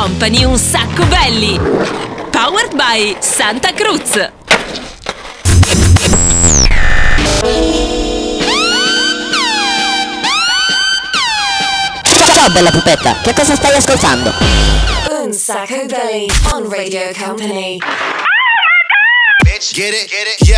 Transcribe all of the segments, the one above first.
Company Un Sacco Belli. Powered by Santa Cruz. Ciao bella pupetta, che cosa stai ascoltando? Un Sacco Belly on Radio Company. Bitch, get it, yo.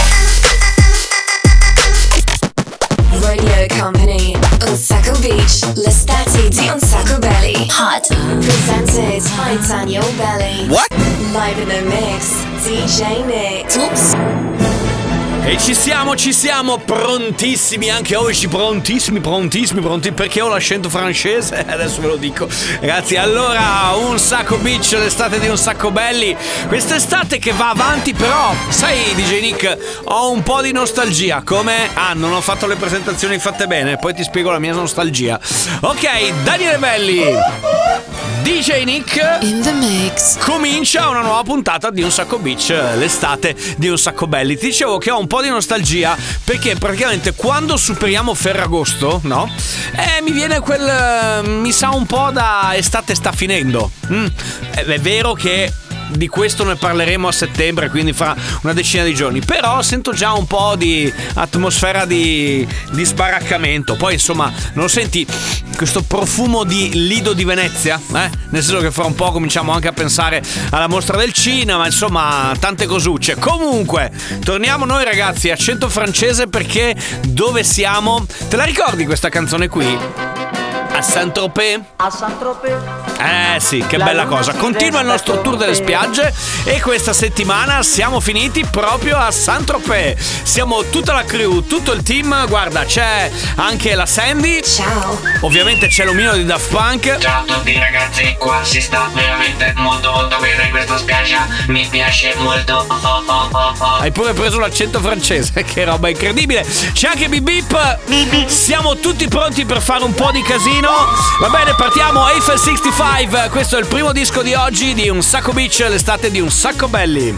Radio Company, Un Sacco Beach, l'estate di Un Sacco Belly. Hot. Presented by Daniel Belly. What? Live in the mix, DJ Nick. Oops. E ci siamo prontissimi anche oggi, prontissimi, perché ho l'accento francese, adesso ve lo dico. Ragazzi, allora, Un Sacco Beach, l'estate di Un Sacco Belli. Quest'estate che va avanti, però, sai DJ Nick, ho un po' di nostalgia. Come? Ah, non ho fatto le presentazioni fatte bene, poi ti spiego la mia nostalgia. Ok, Daniele Belli, DJ Nick In the mix. comincia una nuova puntata di Un Sacco Beach, l'estate di Un Sacco Belli. Ti dicevo che ho un po' di nostalgia perché praticamente quando superiamo Ferragosto, no? Mi viene mi sa un po' da estate sta finendo. È vero che di questo ne parleremo a settembre, quindi fra una decina di giorni, però sento già un po' di atmosfera di sbaraccamento. Poi insomma, non senti questo profumo di Lido di Venezia? Nel senso che fra un po' cominciamo anche a pensare alla mostra del cinema, insomma tante cosucce. Comunque torniamo noi ragazzi, accento francese, perché dove siamo? Te la ricordi questa canzone qui? A Saint-Tropez? A Saint-Tropez. Sì, che bella cosa. Continua il nostro tour delle spiagge e questa settimana siamo finiti proprio a Saint-Tropez. Siamo tutta la crew, tutto il team. Guarda, c'è anche la Sandy. Ciao. Ovviamente c'è l'omino di Daft Punk. Ciao a tutti ragazzi, qua si sta veramente molto bene in questa spiaggia, mi piace molto. Hai pure preso l'accento francese, che roba incredibile. C'è anche Bip Bip. Siamo tutti pronti per fare un po' di casino. Va bene, partiamo. Eiffel 65, questo è il primo disco di oggi di Un Sacco Beach, l'estate di Un Sacco Belli.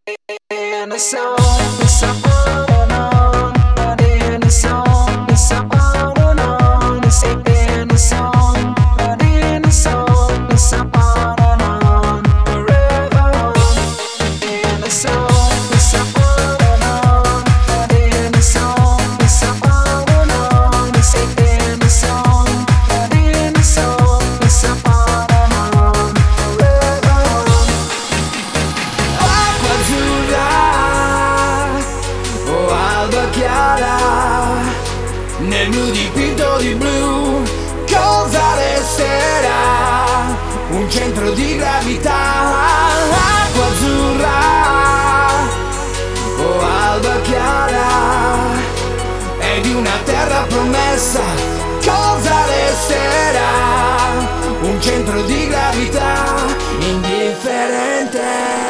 Nel mio dipinto di blu, cosa resterà? Un centro di gravità, acqua azzurra o alba chiara, e di una terra promessa, cosa resterà? Un centro di gravità indifferente.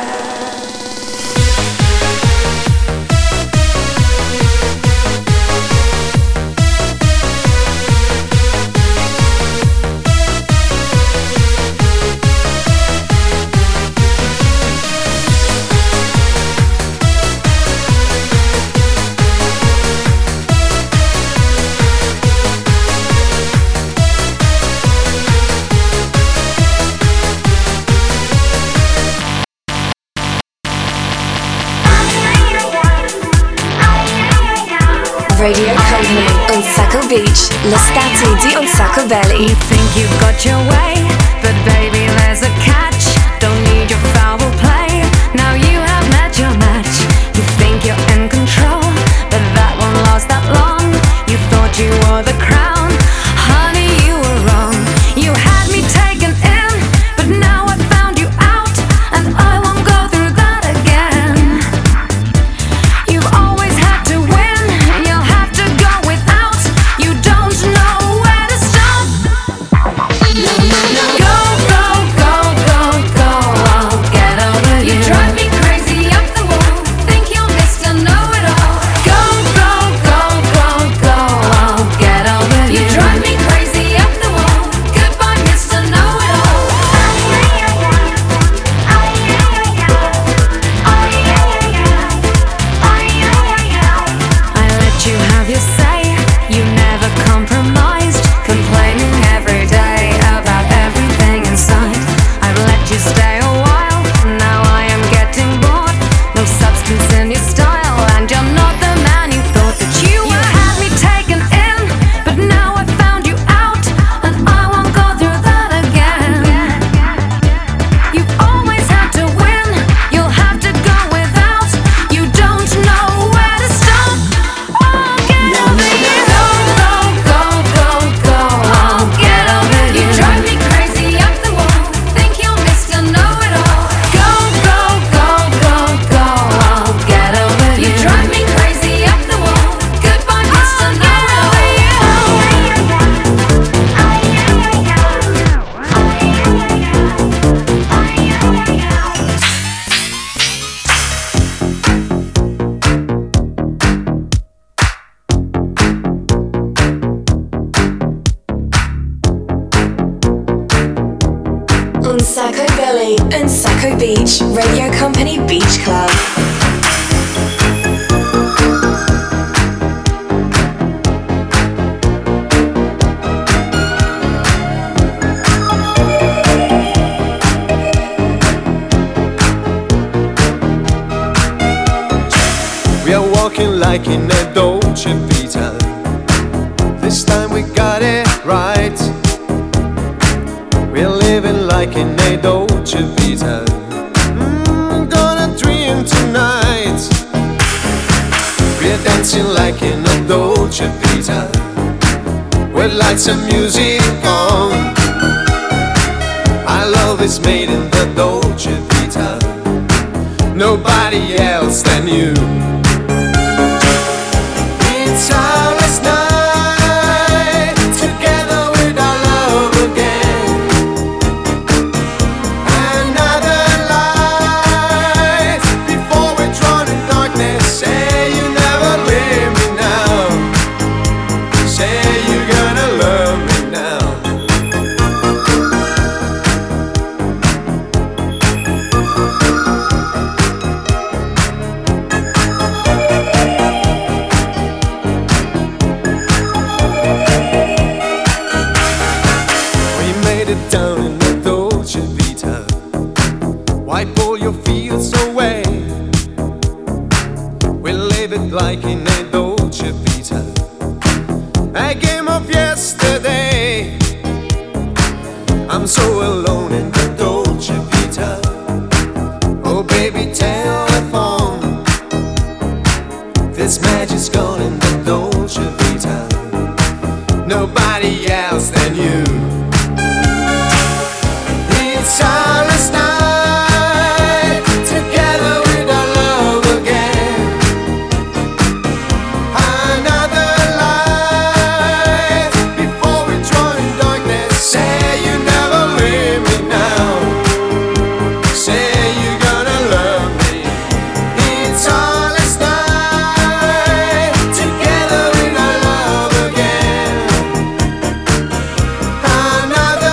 Radio Company, Un Sacco Beach, l'estate di Un Sacco Belly. You think you've got your way, but baby there's a catch. Don't need your foul play, now you have met your match. You think you're in control, but that won't last that long. You thought you were the crown, honey you were wrong. You had me taken in, but now I found you out, and I won't go through that again. You've always had to win, you'll have to go without. You don't know where to stop. No, no, no. Sacco Belly and Sacco Beach Radio Company Beach Club. We are walking like in a Dolce Vita. This time we got it right. We're living like in a Dolce Vita. Gonna dream tonight. We're dancing like in a Dolce Vita. With lights and music on. Our love is made in the Dolce Vita. Nobody else than you. It's our last night together with our love again. Another light before we're drawn in darkness. Say you never leave me now. Say you're gonna love me now. Down in the Dolce Vita, wipe all your fears away. We live it like in a Dolce Vita, a game of yesterday. I'm so alone in the Dolce Vita. Oh baby, telephone. This magic's gone in the Dolce Vita. Nobody else than you. It's our last night together with our love again. Another light before we drown in darkness. Say you never leave me now. Say you're gonna love me. It's our last night together with our love again. Another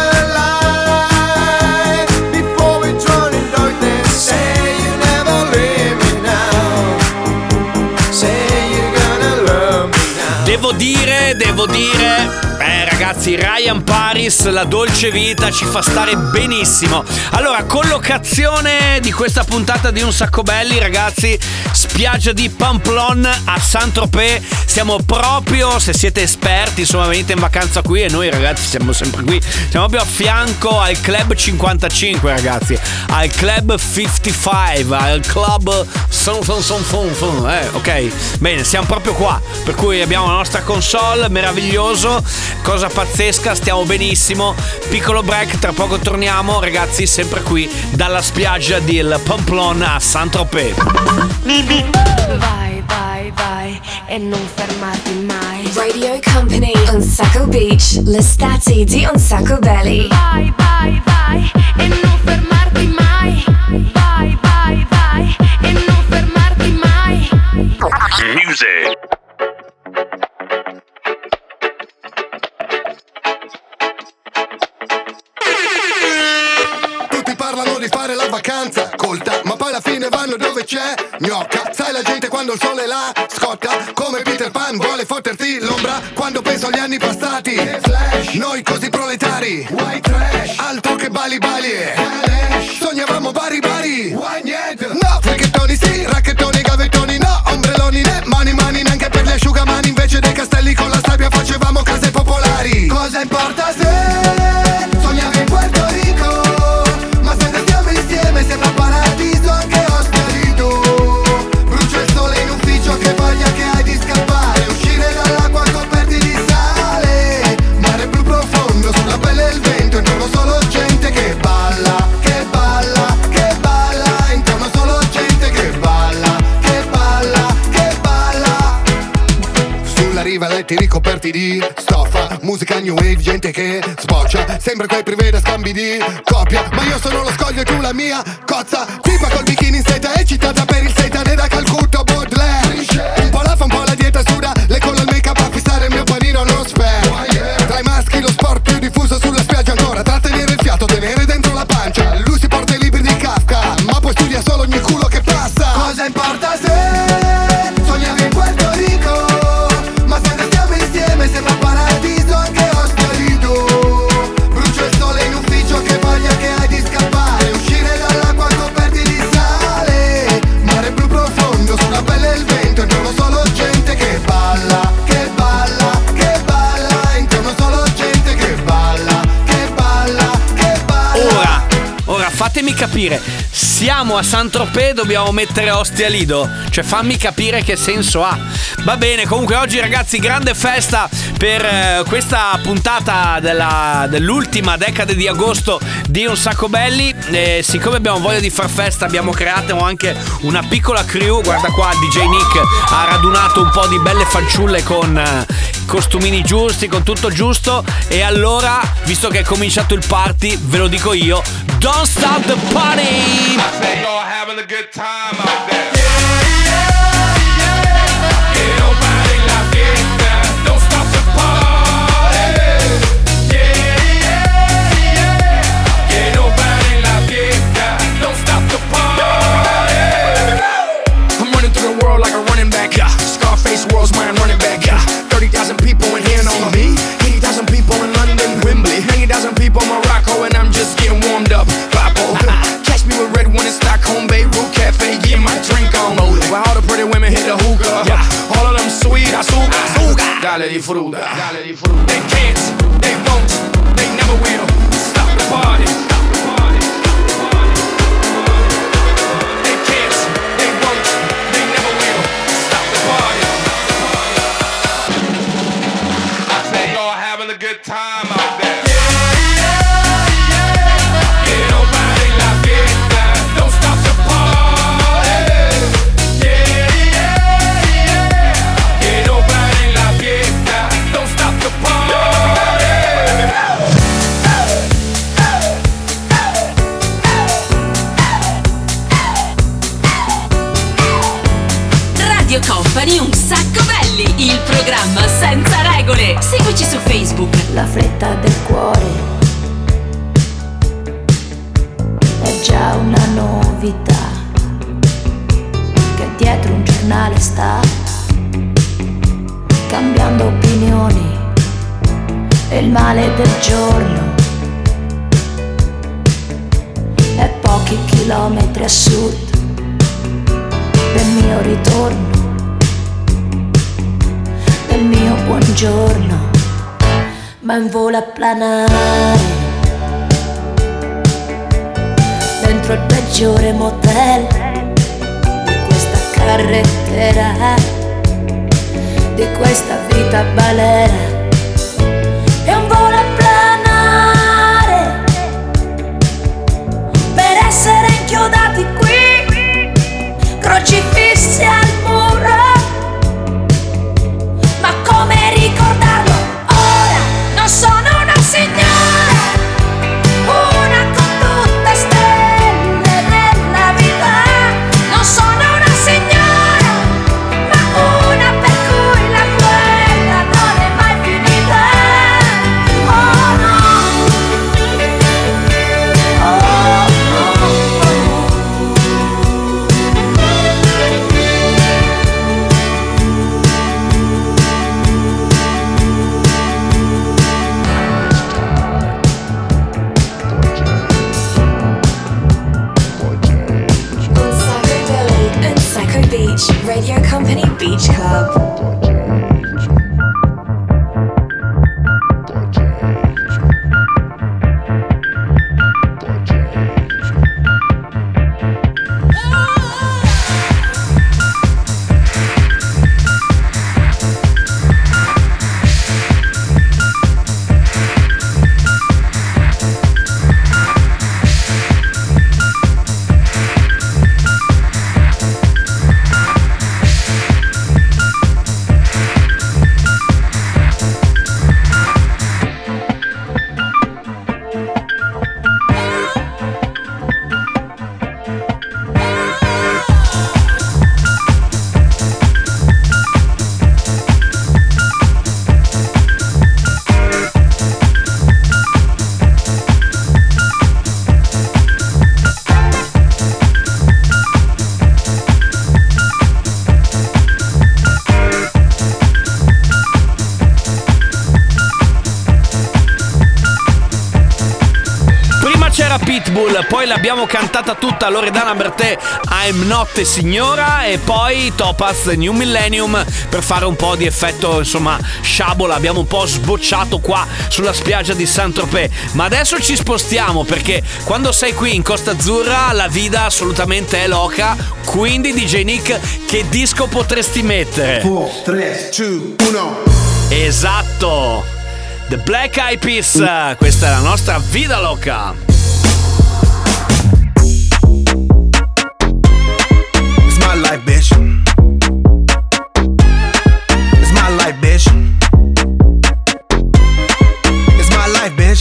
Devo dire, ragazzi, Ryan Paris, la Dolce Vita ci fa stare benissimo. Allora, collocazione di questa puntata di Un Sacco Belli, ragazzi, spiaggia di Pamplona a Saint-Tropez. Siamo proprio, se siete esperti, insomma, venite in vacanza qui e noi, ragazzi, siamo sempre qui. Siamo proprio a fianco al Club 55, ragazzi, al Club 55, al Club ok, bene, siamo proprio qua, per cui abbiamo la nostra console, meraviglioso, cosa pazzesca, stiamo benissimo. Piccolo break, tra poco torniamo, ragazzi, sempre qui dalla spiaggia del Pamplona a Saint-Tropez. Vai, vai, vai e non fermarti mai. Radio Company on Sacco Beach, l'estate di Un Sacco Belly. Vai, vai, vai e non fermarti mai. Vai, vai, vai e non fermarti mai. Music. Tutti parlano di fare la vacanza colta, ma poi alla fine vanno dove c'è gnocca. Sai la gente quando il sole la scotta, come Peter Pan vuole fotterti l'ombra. Quando penso agli anni passati, noi così proletari, white trash, altro che bali bali, sognavamo bari bari, no, fricchettoni sì, racchettoni, gavettoni no, ombrelloni né, mani mani neanche per gli asciugamani. Invece dei castelli con la sabbia facevamo case popolari. Cosa importa se sognavi in Puerto Rico, ma se restiamo insieme sembra paradiso anche ospiti tu. Brucia il sole in ufficio, che voglia che hai di scappare, uscire dall'acqua coperti di sale, mare blu profondo sulla pelle e il vento, intorno solo gente che balla, che balla, che balla, intorno solo gente che balla, che balla, che balla. Sulla riva letti ricoperti di stoffa, musica new wave, gente che sboccia, sembra quei privé da scambi di coppia, ma io sono lo scoglio e tu la mia cozza. Tipa col bikini in seta, eccitata per il setane da Calcutta o Baudelaire. Un po' la fa, un po' la dieta suda, le collo il make up a fissare il mio panino non spare. Tra i maschi lo sport più diffuso sulla spiaggia ancora, trattenere il fiato, tenere dentro la pancia. capire, siamo a Saint-Tropez, dobbiamo mettere Ostia Lido? Cioè fammi capire che senso ha. Va bene, comunque oggi ragazzi grande festa per questa puntata dell'ultima decade di agosto di Un Sacco Belli. E siccome abbiamo voglia di far festa, abbiamo creato anche una piccola crew. Guarda qua, DJ Nick ha radunato un po' di belle fanciulle con costumini giusti, con tutto giusto. E allora, visto che è cominciato il party, ve lo dico io, don't stop the party! Having a good time out there. World's mine running back, 30,000 people in here know me, 80,000 people in London, Wembley, 90,000 people in Morocco, and I'm just getting warmed up. Papo, catch me with red one in Stockholm, Beirut Cafe, getting my drink on. While all the pretty women hit the hookah, all of them sweet, azúcar, dale di fruta, dale di fruta. They can't, they won't, they never will stop the party. Good time out there. Que no pare la fiesta, don't stop the party. Que no pare la fiesta, don't stop the Radio Company Un Sacco Belli, il programma senza regole. Seguici su Facebook. La fretta del cuore è già una novità, che dietro un giornale sta cambiando opinioni e il male del giorno è pochi chilometri a sud del mio ritorno, del mio buongiorno, ma in volo a planare dentro il peggiore motel di questa carrettera, di questa vita balera. È un volo a planare per essere inchiodati qui, crocifissi al muro. Ma come ricordarlo ora? Non sono una signora, una con tutte stelle nella vita. Non sono una signora, ma una per cui la guerra non è mai Pitbull, poi l'abbiamo cantata tutta Loredana Bertè, I'm Not a Signora, e poi Topaz, New Millennium, per fare un po' di effetto, insomma, sciabola. Abbiamo un po' sbocciato qua sulla spiaggia di Saint-Tropez, ma adesso ci spostiamo, perché quando sei qui in Costa Azzurra la vita assolutamente è loca. Quindi DJ Nick, che disco potresti mettere? 4, 3, 2, 1. Esatto, The Black Eyed Peas, questa è la nostra vida loca. It's my life, bitch. It's my life, bitch. It's my life, bitch.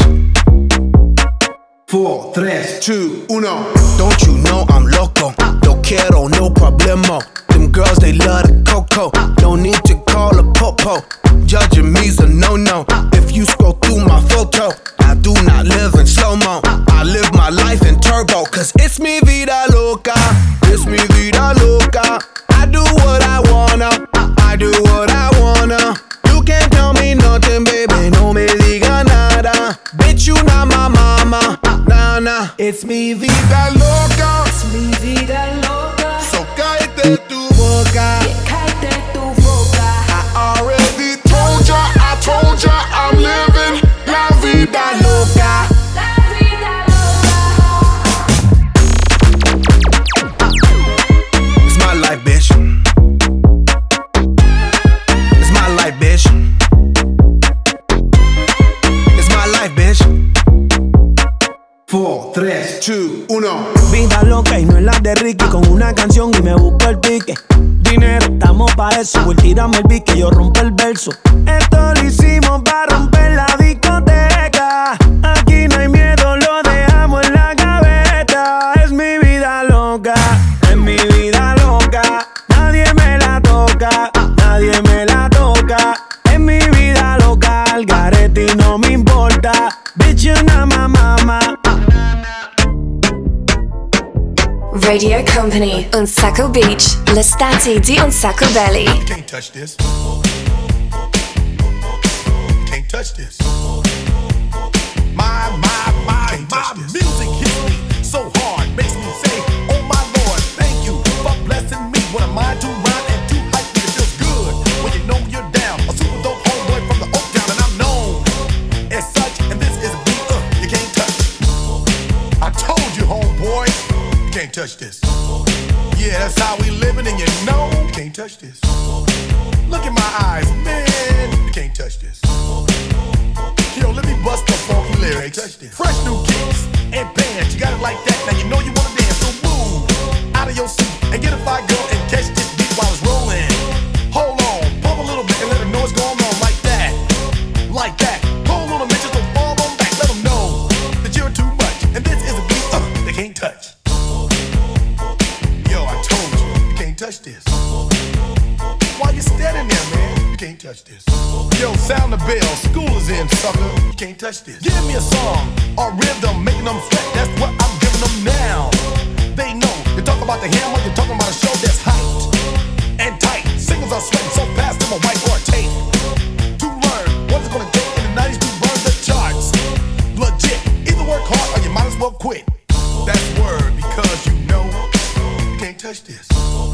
4, 3, 2, 1. Don't you know I'm loco? No quiero, no problemo. Them girls, they love the cocoa. No need to call a popo. Judging me's a no-no. If you scroll through my photo, I do not live in slow-mo. I live my life in turbo, cause it's mi vida loca. It's mi vida loca. I do what I wanna. I do what I wanna. You can't tell me nothing, baby. No me diga nada. Bitch, you not my mama. Nah, nah. It's mi vida loca. It's mi vida loca. So cállate tu boca. Cállate tu boca. I already told ya, I'm living la vida loca. La vida loca. It's my life, bitch. It's my life, bitch. It's my life, bitch. 4, 3, 2, 1. Vida loca y no es la de Ricky, con una canción y me busco el pique. Dinero, estamos pa' eso, voy tirarme el beat que yo rompo el verso. Esto lo hicimos pa' romper la discoteca. Aquí no hay miedo, lo dejamos en la gaveta. Es mi vida loca, es mi vida loca. Nadie me la toca, nadie me la toca. Es mi vida loca, al garete y no me importa. Bitch, you're not my mama. Radio Company, Un Sacco Beach, l'estate di Un Sacco Belly. Can't touch this. Can't touch this. My music hits me so hard, makes me say, oh my Lord, thank you for blessing me. What am I to rhyme and too hype? It feels good when you know you're down. A super dope homeboy from the Oak Town, and I'm known as such. And this is a beat you can't touch. I told you, homeboy, you can't touch this. Yeah, that's how we living, and you know you can't touch this. Look in my eyes, man, you can't touch this. Yo, let me bust the funky lyrics. Fresh new kicks and bands, you got it like that. Now you know you wanna dance, so move out of your seat and get a fire girl and catch this beat while it's rolling. Hold on, pump a little bit and let them know what's going on like that. Like that. Hold on a minute, just fall on back. Let them know that you're too much. And this is a beat they can't touch. Yo, I told you, you can't touch this. Why you standing there, man? You can't touch this. Yo, sound the bell, school is in, sucker. You can't touch this. Give me a song or rhythm, making them sweat. That's what I'm giving them now. They know. You talk about the hammer, you're talking about a show that's hyped and tight. Singles are sweating so fast, them a white or a tape. To learn what it's gonna take in the 90s to burn the charts. Legit. Either work hard or you might as well quit. That's word, because you know you can't touch this.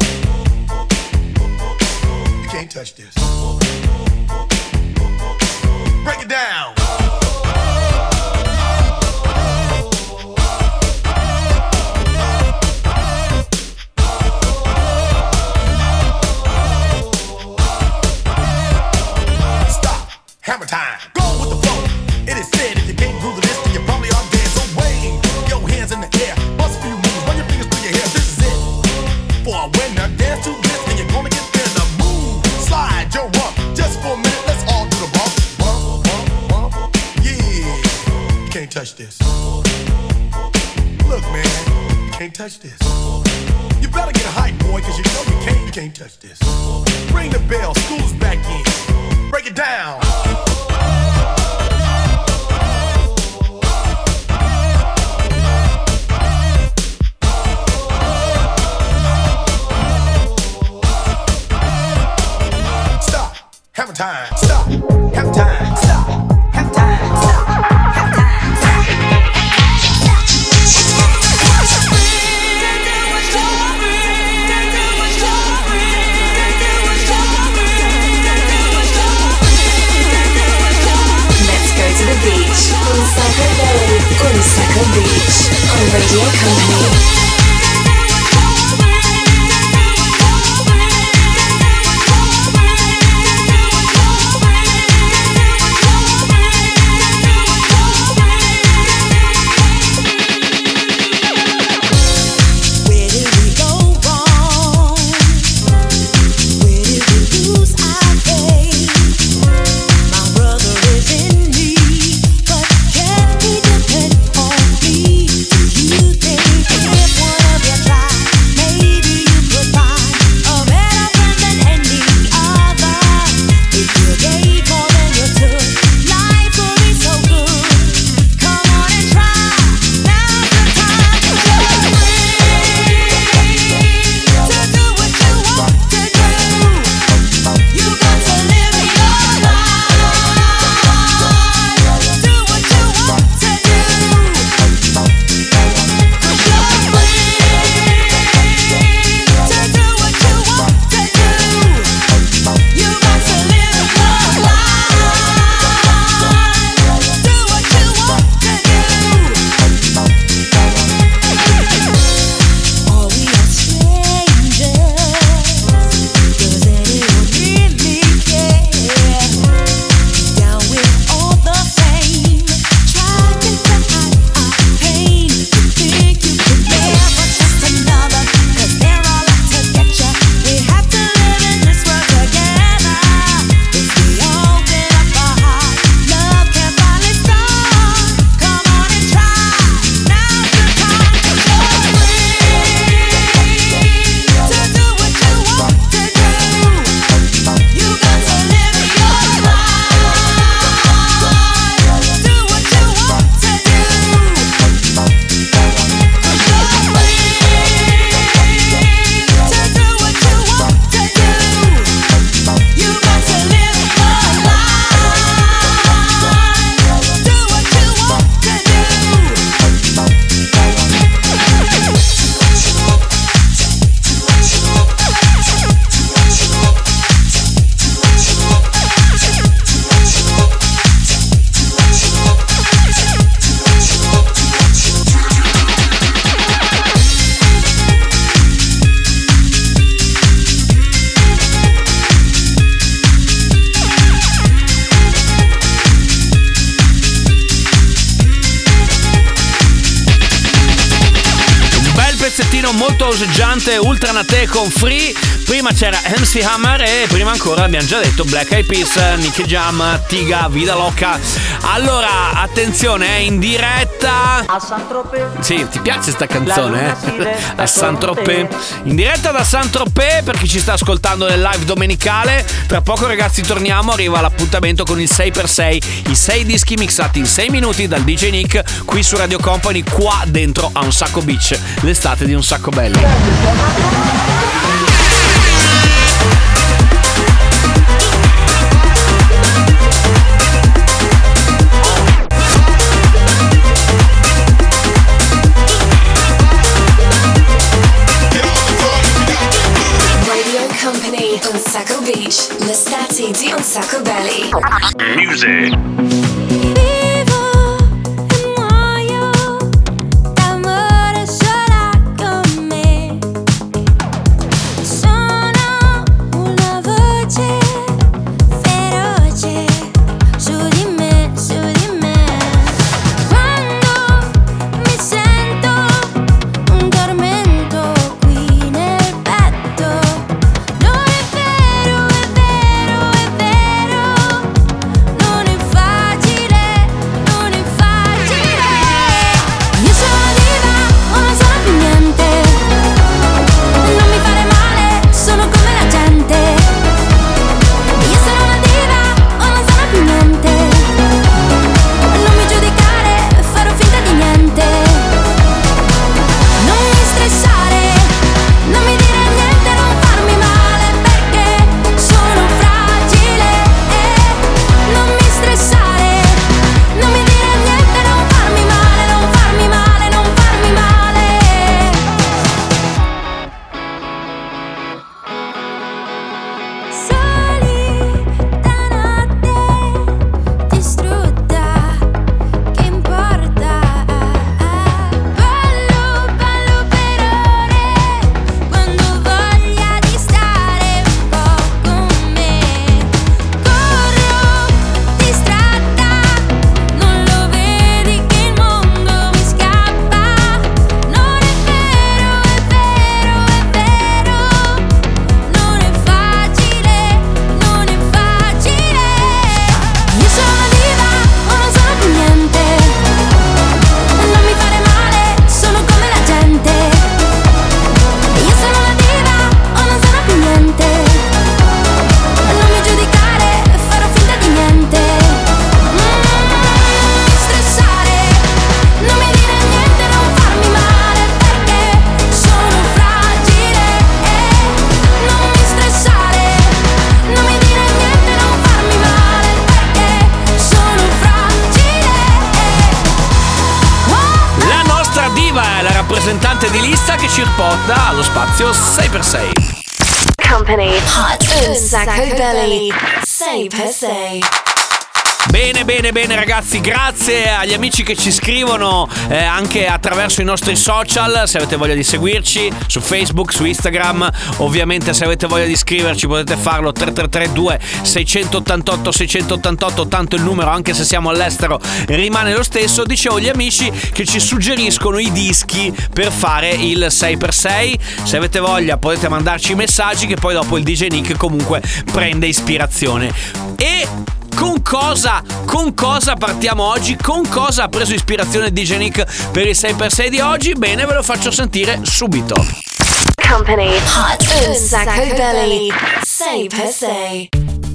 You can't touch this. Break it down. Stop. Hammer time. Go with the flow. It is said if you can't groove to this, then you probably are dead. So wave your hands in the air. Bust a few moves. Run your fingers through your hair. This is it. For a winner, dance to this, and you're gonna get there. The move. Slide your rump. Just for a minute, let's all do the bump. Bump, bump, bump. Yeah. You can't touch this. Look, man. You can't touch this. You better get a hype, boy, cause you know you can't touch this. Ring the bell. School's back in. Break it down. Stop. Hammer time. Stop. Hammer time. Stop. Hammer time. Stop. Hammer time. Sacco Belly on Sacco Beach on Radio Company. Molto oseggiante, Ultra Nate con Free. Prima c'era MC Hammer e prima ancora abbiamo già detto Black Eyed Peas, Nicky Jam, Tiga, Vida Loca. Allora, attenzione, è in diretta a Saint-Tropez. Sì, ti piace sta canzone, a Saint-Tropez. In diretta da Saint-Tropez per chi ci sta ascoltando nel live domenicale. Tra poco ragazzi torniamo, arriva l'appuntamento con il 6x6, i 6 dischi mixati in 6 minuti dal DJ Nick qui su Radio Company, qua dentro a Un Sacco Beach, l'estate di Un Sacco Belli. On Sacco Beach, l'estate di Un Sacco Belly. Music. Non è facile di lista che ci riporta allo spazio 6x6. Company Hot un sacco belli 6x6. Bene ragazzi, grazie agli amici che ci scrivono anche attraverso i nostri social. Se avete voglia di seguirci su Facebook, su Instagram, ovviamente se avete voglia di scriverci potete farlo 3332 688 688, tanto il numero anche se siamo all'estero rimane lo stesso. Dicevo, gli amici che ci suggeriscono i dischi per fare il 6x6, se avete voglia potete mandarci i messaggi che poi dopo il DJ Nick comunque prende ispirazione. E con cosa partiamo oggi? Con cosa ha preso ispirazione DJ Nick per il 6x6 di oggi? Bene, ve lo faccio sentire subito. Company Hot un sacco belli 6x6.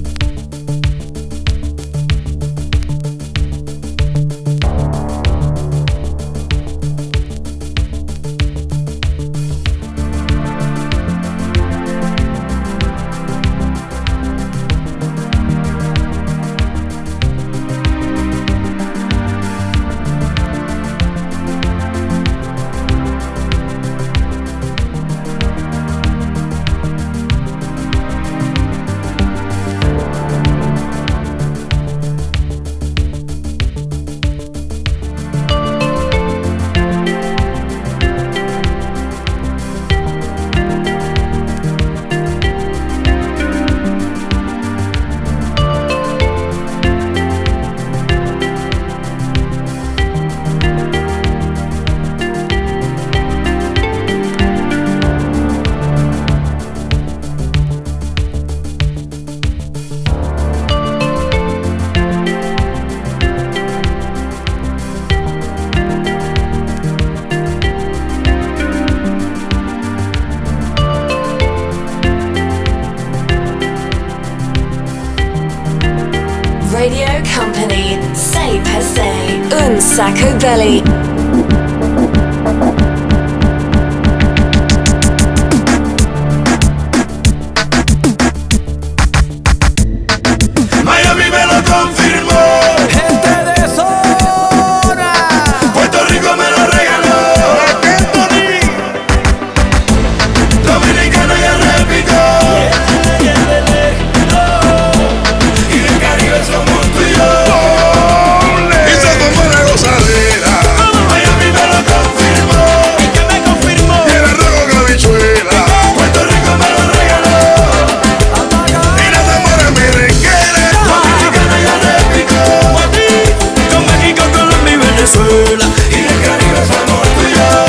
Radio Company 6x6 un sacco belli. Miami me lo confirmó. Gente de zona. Puerto Rico me lo regaló. Dominicano ya replicó. Y del Caribe somos tú y yo. Y se tomó la gozadera. Miami me lo confirmó. ¿Y qué me confirmó? Y el arroz con habichuela. Puerto Rico me lo regaló. Y la zamora merenguera. Dominicana ya replicó. Con México, Colombia y Venezuela. Y del Caribe somos tú y yo.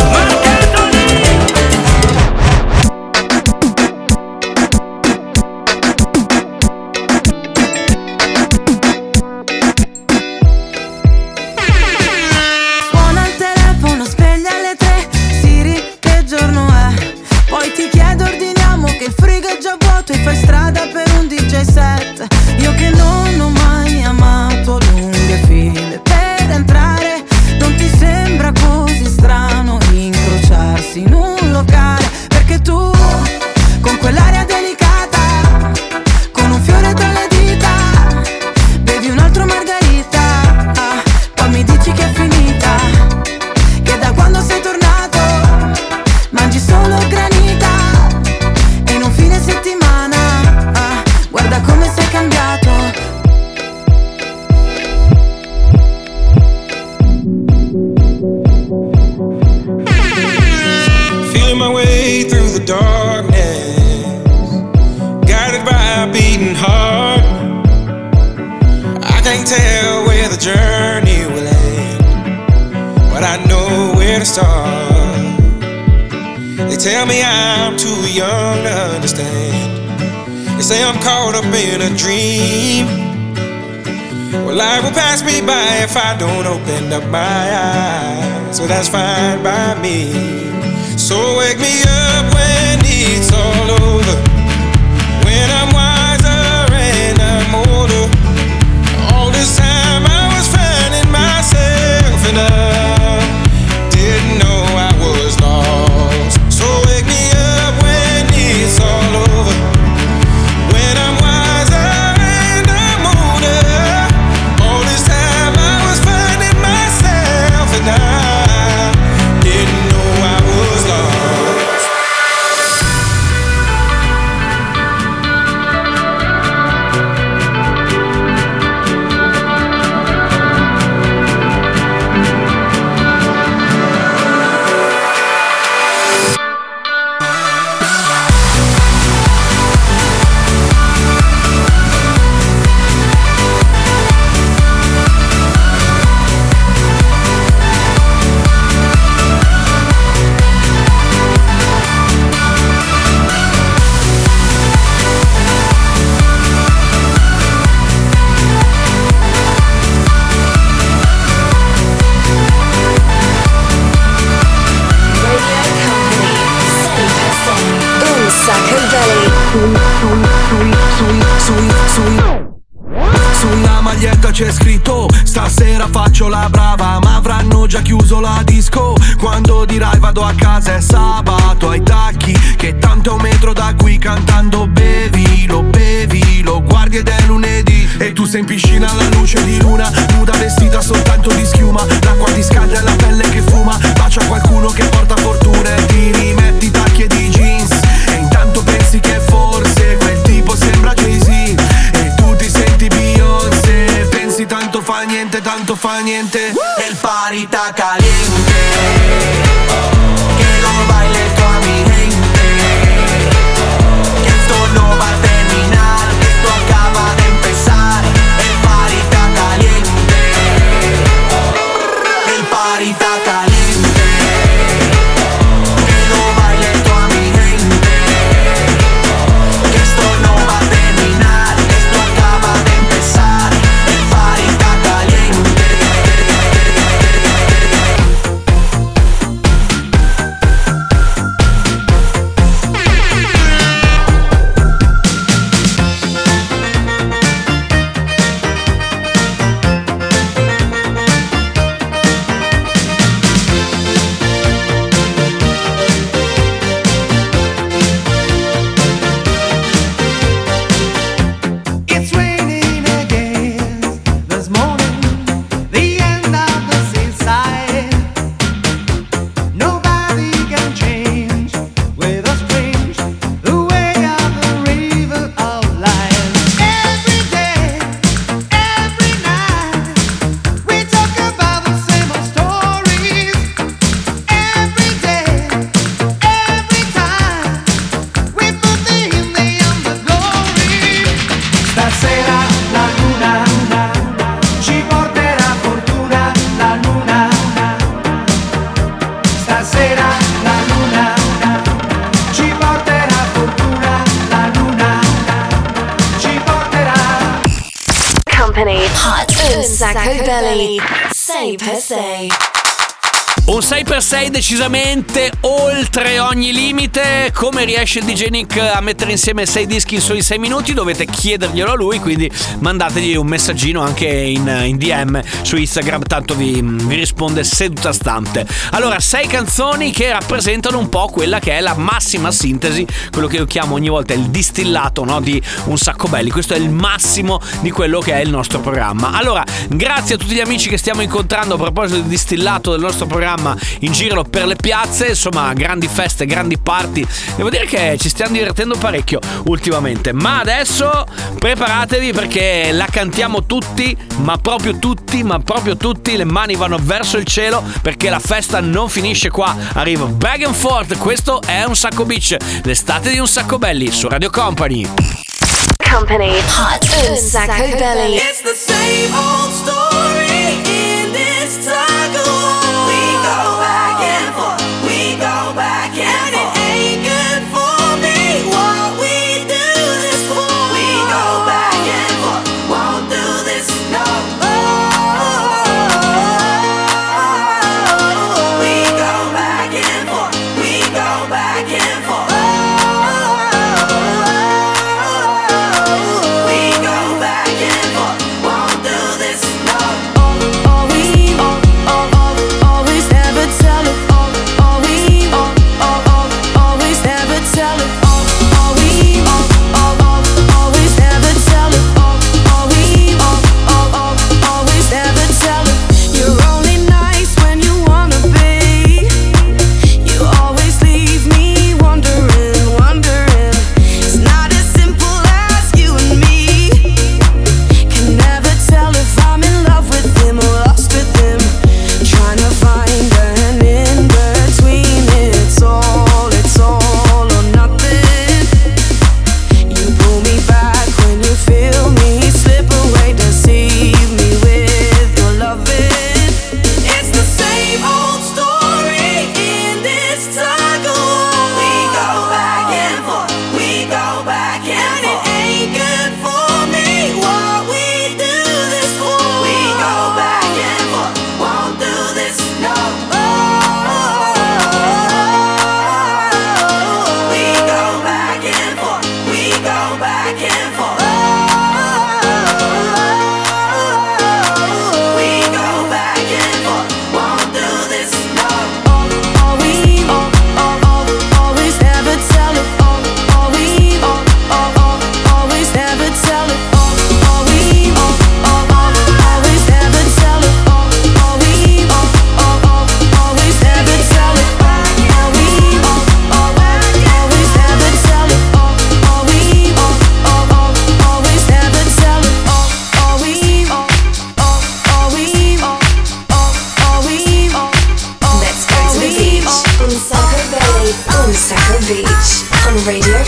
Suona il telefono, sveglia alle 3. Siri, che giorno è? Poi ti chiedo, ordiniamo che il frigo è già vuoto e fai strada per un DJ set. Io che non ho mai amato lunghe file per entrare. Non ti sembra così strano incrociarsi in un locale? Perché tu, con quell'aria delicata, con un fiore tra le dita, bevi un altro margarita, poi mi dici che è finita, che da quando sei tornato mangi solo granita, e in un fine settimana guarda come sei cambiato. Feeling my way through the darkness, guided by a beating heart. I can't tell where the journey will end, but I know where to start. They tell me I'm too young to understand. They say I'm caught up in a dream. Well, life will pass me by if I don't open up my eyes. So that's fine by me. So wake me up when it's all over, when I'm wiser and I'm older. All this time I was finding myself and I didn't know I was lost. So wake me up when it's all over, when I'm wiser and I'm older. All this time I was finding myself and I didn't know I was lost. Stasera faccio la brava, ma avranno già chiuso la disco. Quando dirai vado a casa è sabato ai tacchi, che tanto è un metro da qui, cantando bevi, lo guardi ed è lunedì. E tu sei in piscina alla luce di luna, nuda vestita soltanto di schiuma. L'acqua ti scalda e la pelle che fuma, bacia qualcuno che porta fortuna e ti rimetti i tacchi e di jeans. E intanto pensi che forse quel tipo sembra Jay-Z e tu ti senti Beyoncé. Pensi tanto fa niente, tanto fa niente. El party está caliente, que lo baile toda mi gente, que esto no va a terminar, esto acaba de empezar. El party está caliente, el party está caliente, que lo baile toda mi gente, que esto no va a terminar, esto acaba de empezar. El party está caliente. It's raining again this morning, the end of the seaside. Nobody can change with a strange the way of the river of life. Every day, every night, we talk about the same old stories. Every day, every time, we put the hymn on the glory. Stasera la luna ci porterà fortuna, la luna. Stasera la luna ci porterà fortuna, la luna ci porterà. Company Hot un sacco belli, 6 per 6. Un 6x6 decisamente oltre ogni limite. Come riesce il DJ Nick a mettere insieme 6 dischi in soli 6 minuti? Dovete chiederglielo a lui, quindi mandategli un messaggino anche in DM su Instagram, tanto vi risponde seduta stante. Allora, 6 canzoni che rappresentano un po' quella che è la massima sintesi, quello che io chiamo ogni volta il distillato, no, di Un Sacco Belli. Questo è il massimo di quello che è il nostro programma. Allora, grazie a tutti gli amici che stiamo incontrando a proposito del distillato del nostro programma in giro per le piazze. Insomma, grandi feste, grandi party. Devo dire che ci stiamo divertendo parecchio ultimamente. Ma adesso preparatevi, perché la cantiamo tutti, ma proprio tutti, le mani vanno verso il cielo, perché la festa non finisce qua. Arriva Back and Forth, questo è Un Sacco Beach, l'estate di Un Sacco Belli su Radio Company. Company Hot un sacco belli. It's the same old story in this taco. We go back and forth, we go back and forth. It ain't good for me what we do this for. We go back and forth, won't do this, no. We go back and forth, we go back and forth. We go back and forth, won't do this, no.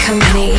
Company.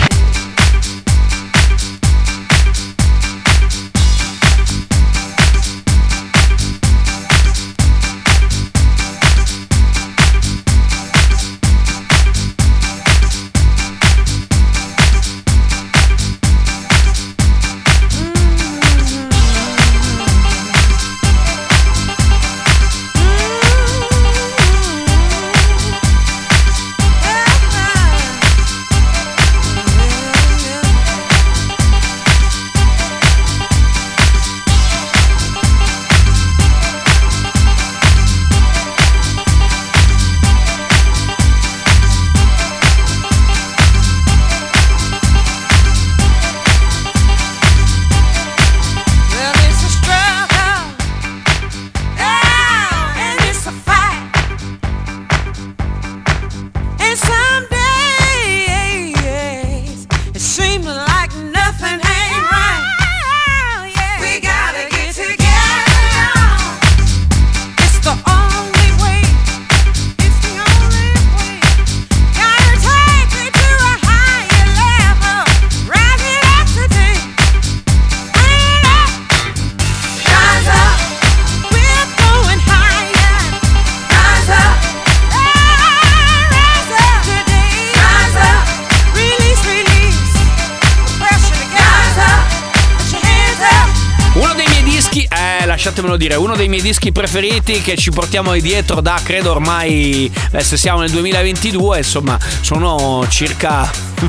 lasciatemelo dire, uno dei miei dischi preferiti che ci portiamo dietro da credo ormai, se siamo nel 2022, insomma sono circa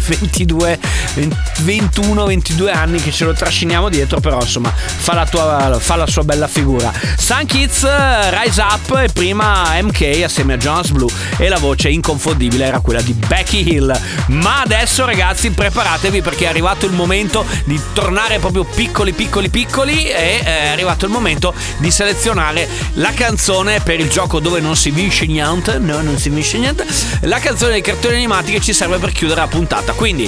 21-22 anni che ce lo trasciniamo dietro, però insomma fa la sua bella figura. Sun Kids, Rise Up, e prima MK assieme a Jonas Blue, e la voce inconfondibile era quella di Becky Hill. Ma adesso ragazzi preparatevi, perché è arrivato il momento di tornare proprio piccoli e è arrivato il momento di selezionare la canzone per il gioco dove non si vince niente, la canzone dei cartoni animati che ci serve per chiudere la puntata. Quindi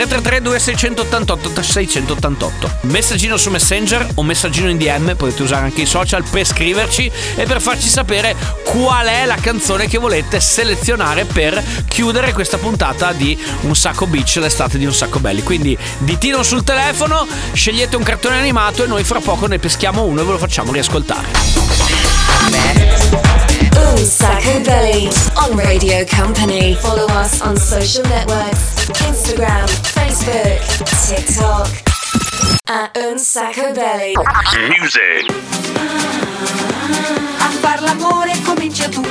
333-2688-688, messaggino su Messenger o messaggino in DM, potete usare anche i social per scriverci e per farci sapere qual è la canzone che volete selezionare per chiudere questa puntata di Un Sacco Beach, l'estate di Un Sacco Belli. Quindi ditino sul telefono, scegliete un cartone animato e noi fra poco ne peschiamo uno e ve lo facciamo riascoltare. Un Sacco Belly on Radio Company. Follow us on social networks, Instagram, Facebook, TikTok at Un Sacco Belly. Music. A far l'amore comincia tu.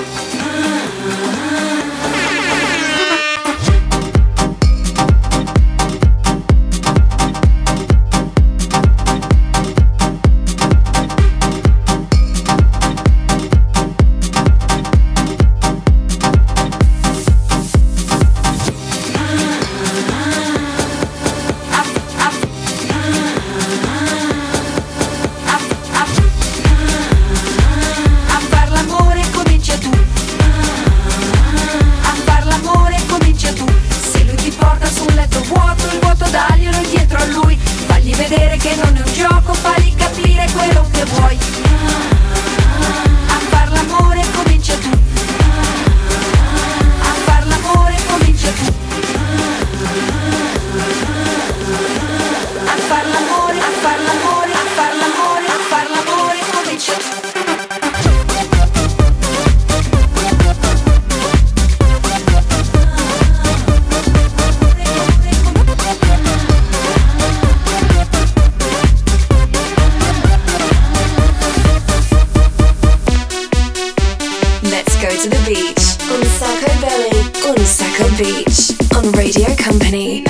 Vedere che non è un gioco, fagli capire quello che vuoi. A far l'amore comincia tu. A far l'amore comincia tu. A far l'amore, a far l'amore, a far l'amore, a far l'amore comincia tu. To the beach, Un Sacco Belly, Un Sacco Beach on Radio Company.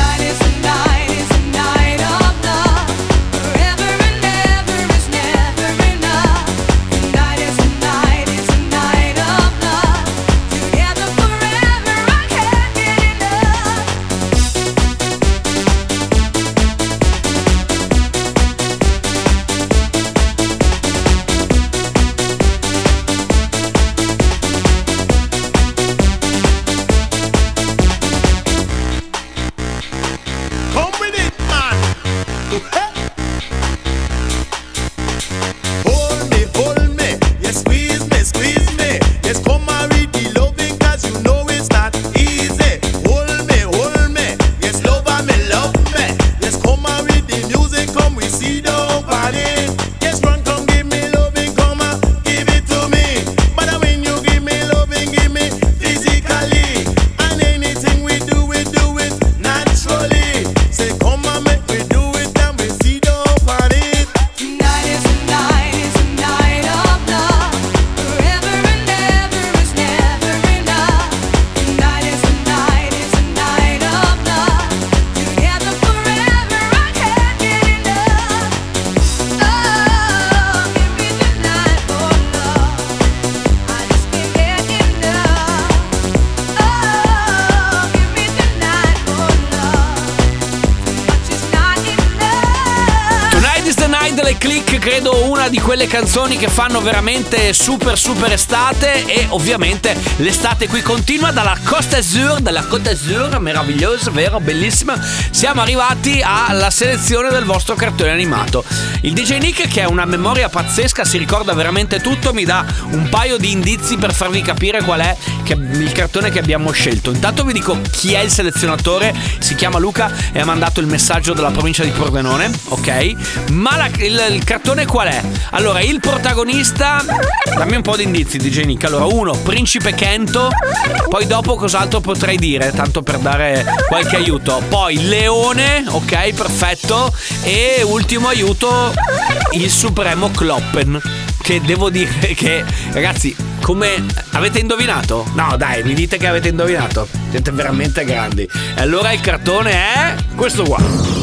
Click, credo una di quelle canzoni che fanno veramente super estate, e ovviamente l'estate qui continua dalla Côte d'Azur, meravigliosa, vero, bellissima. Siamo arrivati alla selezione del vostro cartone animato. Il DJ Nick, che ha una memoria pazzesca, si ricorda veramente tutto, mi dà un paio di indizi per farvi capire qual è il cartone che abbiamo scelto. Intanto vi dico chi è il selezionatore, si chiama Luca e ha mandato il messaggio dalla provincia di Pordenone, ok? Ma il cartone qual è? Allora, il protagonista, dammi un po' di indizi, DJ Nick. Allora, 1, Principe Kento, poi dopo cos'altro potrei dire, tanto per dare qualche aiuto. Poi Leone, ok, perfetto, e ultimo aiuto, il Supremo Kloppen, che devo dire che, ragazzi, come avete indovinato? No, dai, mi dite che avete indovinato. Siete veramente grandi. E allora il cartone è questo qua.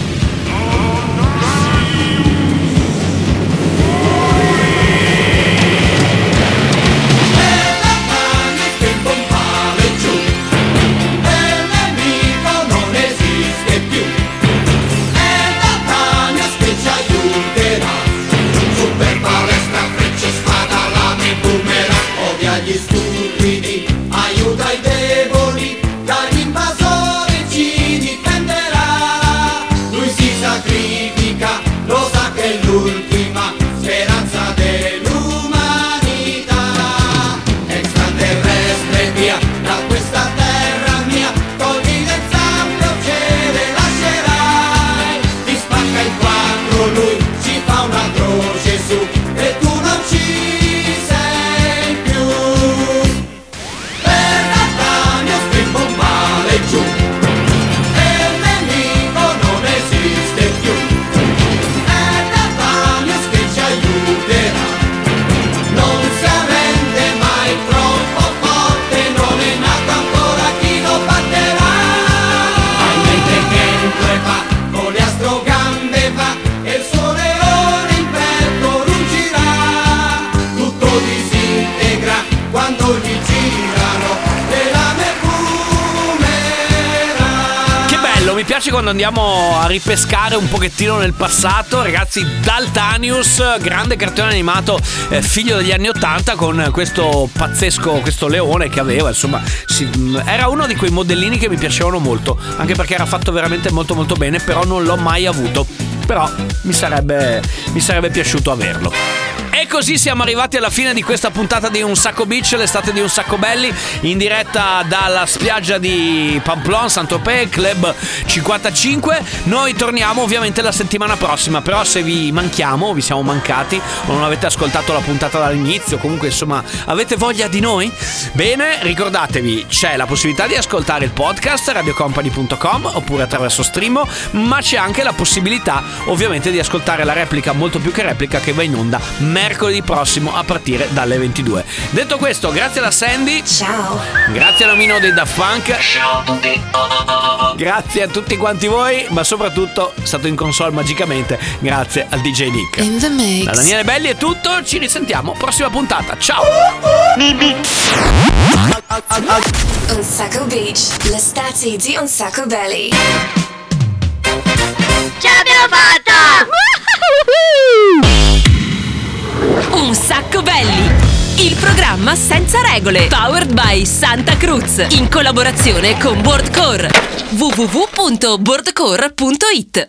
Gli stupidi, aiuta i deboli, dall'invasore ci difenderà. Lui si sacrifica, lo sa che è l'ultima speranza dell'umanità. Extraterrestre via da questa terra mia, togli del sangue o ce le lascerai. Ti spacca in quattro lui, ci fa una croce su e tu non ci Mi piace quando andiamo a ripescare un pochettino nel passato, ragazzi. Daltanius, grande cartone animato, figlio degli anni 80, con questo pazzesco, questo leone che aveva, insomma, era uno di quei modellini che mi piacevano molto, anche perché era fatto veramente molto bene, però non l'ho mai avuto. Però mi sarebbe piaciuto averlo. E così siamo arrivati alla fine di questa puntata di Un Sacco Beach, l'estate di Un Sacco Belli, in diretta dalla spiaggia di Pamplon, Saint-Tropez, Club 55. Noi torniamo ovviamente la settimana prossima, però se vi manchiamo, vi siamo mancati, o non avete ascoltato la puntata dall'inizio, comunque insomma avete voglia di noi, bene, ricordatevi, c'è la possibilità di ascoltare il podcast radiocompany.com oppure attraverso Streamo, ma c'è anche la possibilità ovviamente di ascoltare la replica, molto più che replica, che va in onda mercoledì prossimo a partire dalle 22. Detto questo, grazie alla Sandy. Ciao. Grazie all'omino dei Daft Punk. Ciao a tutti. Grazie a tutti quanti voi, ma soprattutto è stato in console magicamente grazie al DJ Nick. In the mix. Da Daniele Belli è tutto, ci risentiamo prossima puntata. Ciao. Un Sacco Beach, l'estate di Un Sacco Belli. Ce l'abbiamo fatta! Un Sacco Belli, il programma senza regole, powered by Santa Cruz, in collaborazione con Boardcore. www.boardcore.it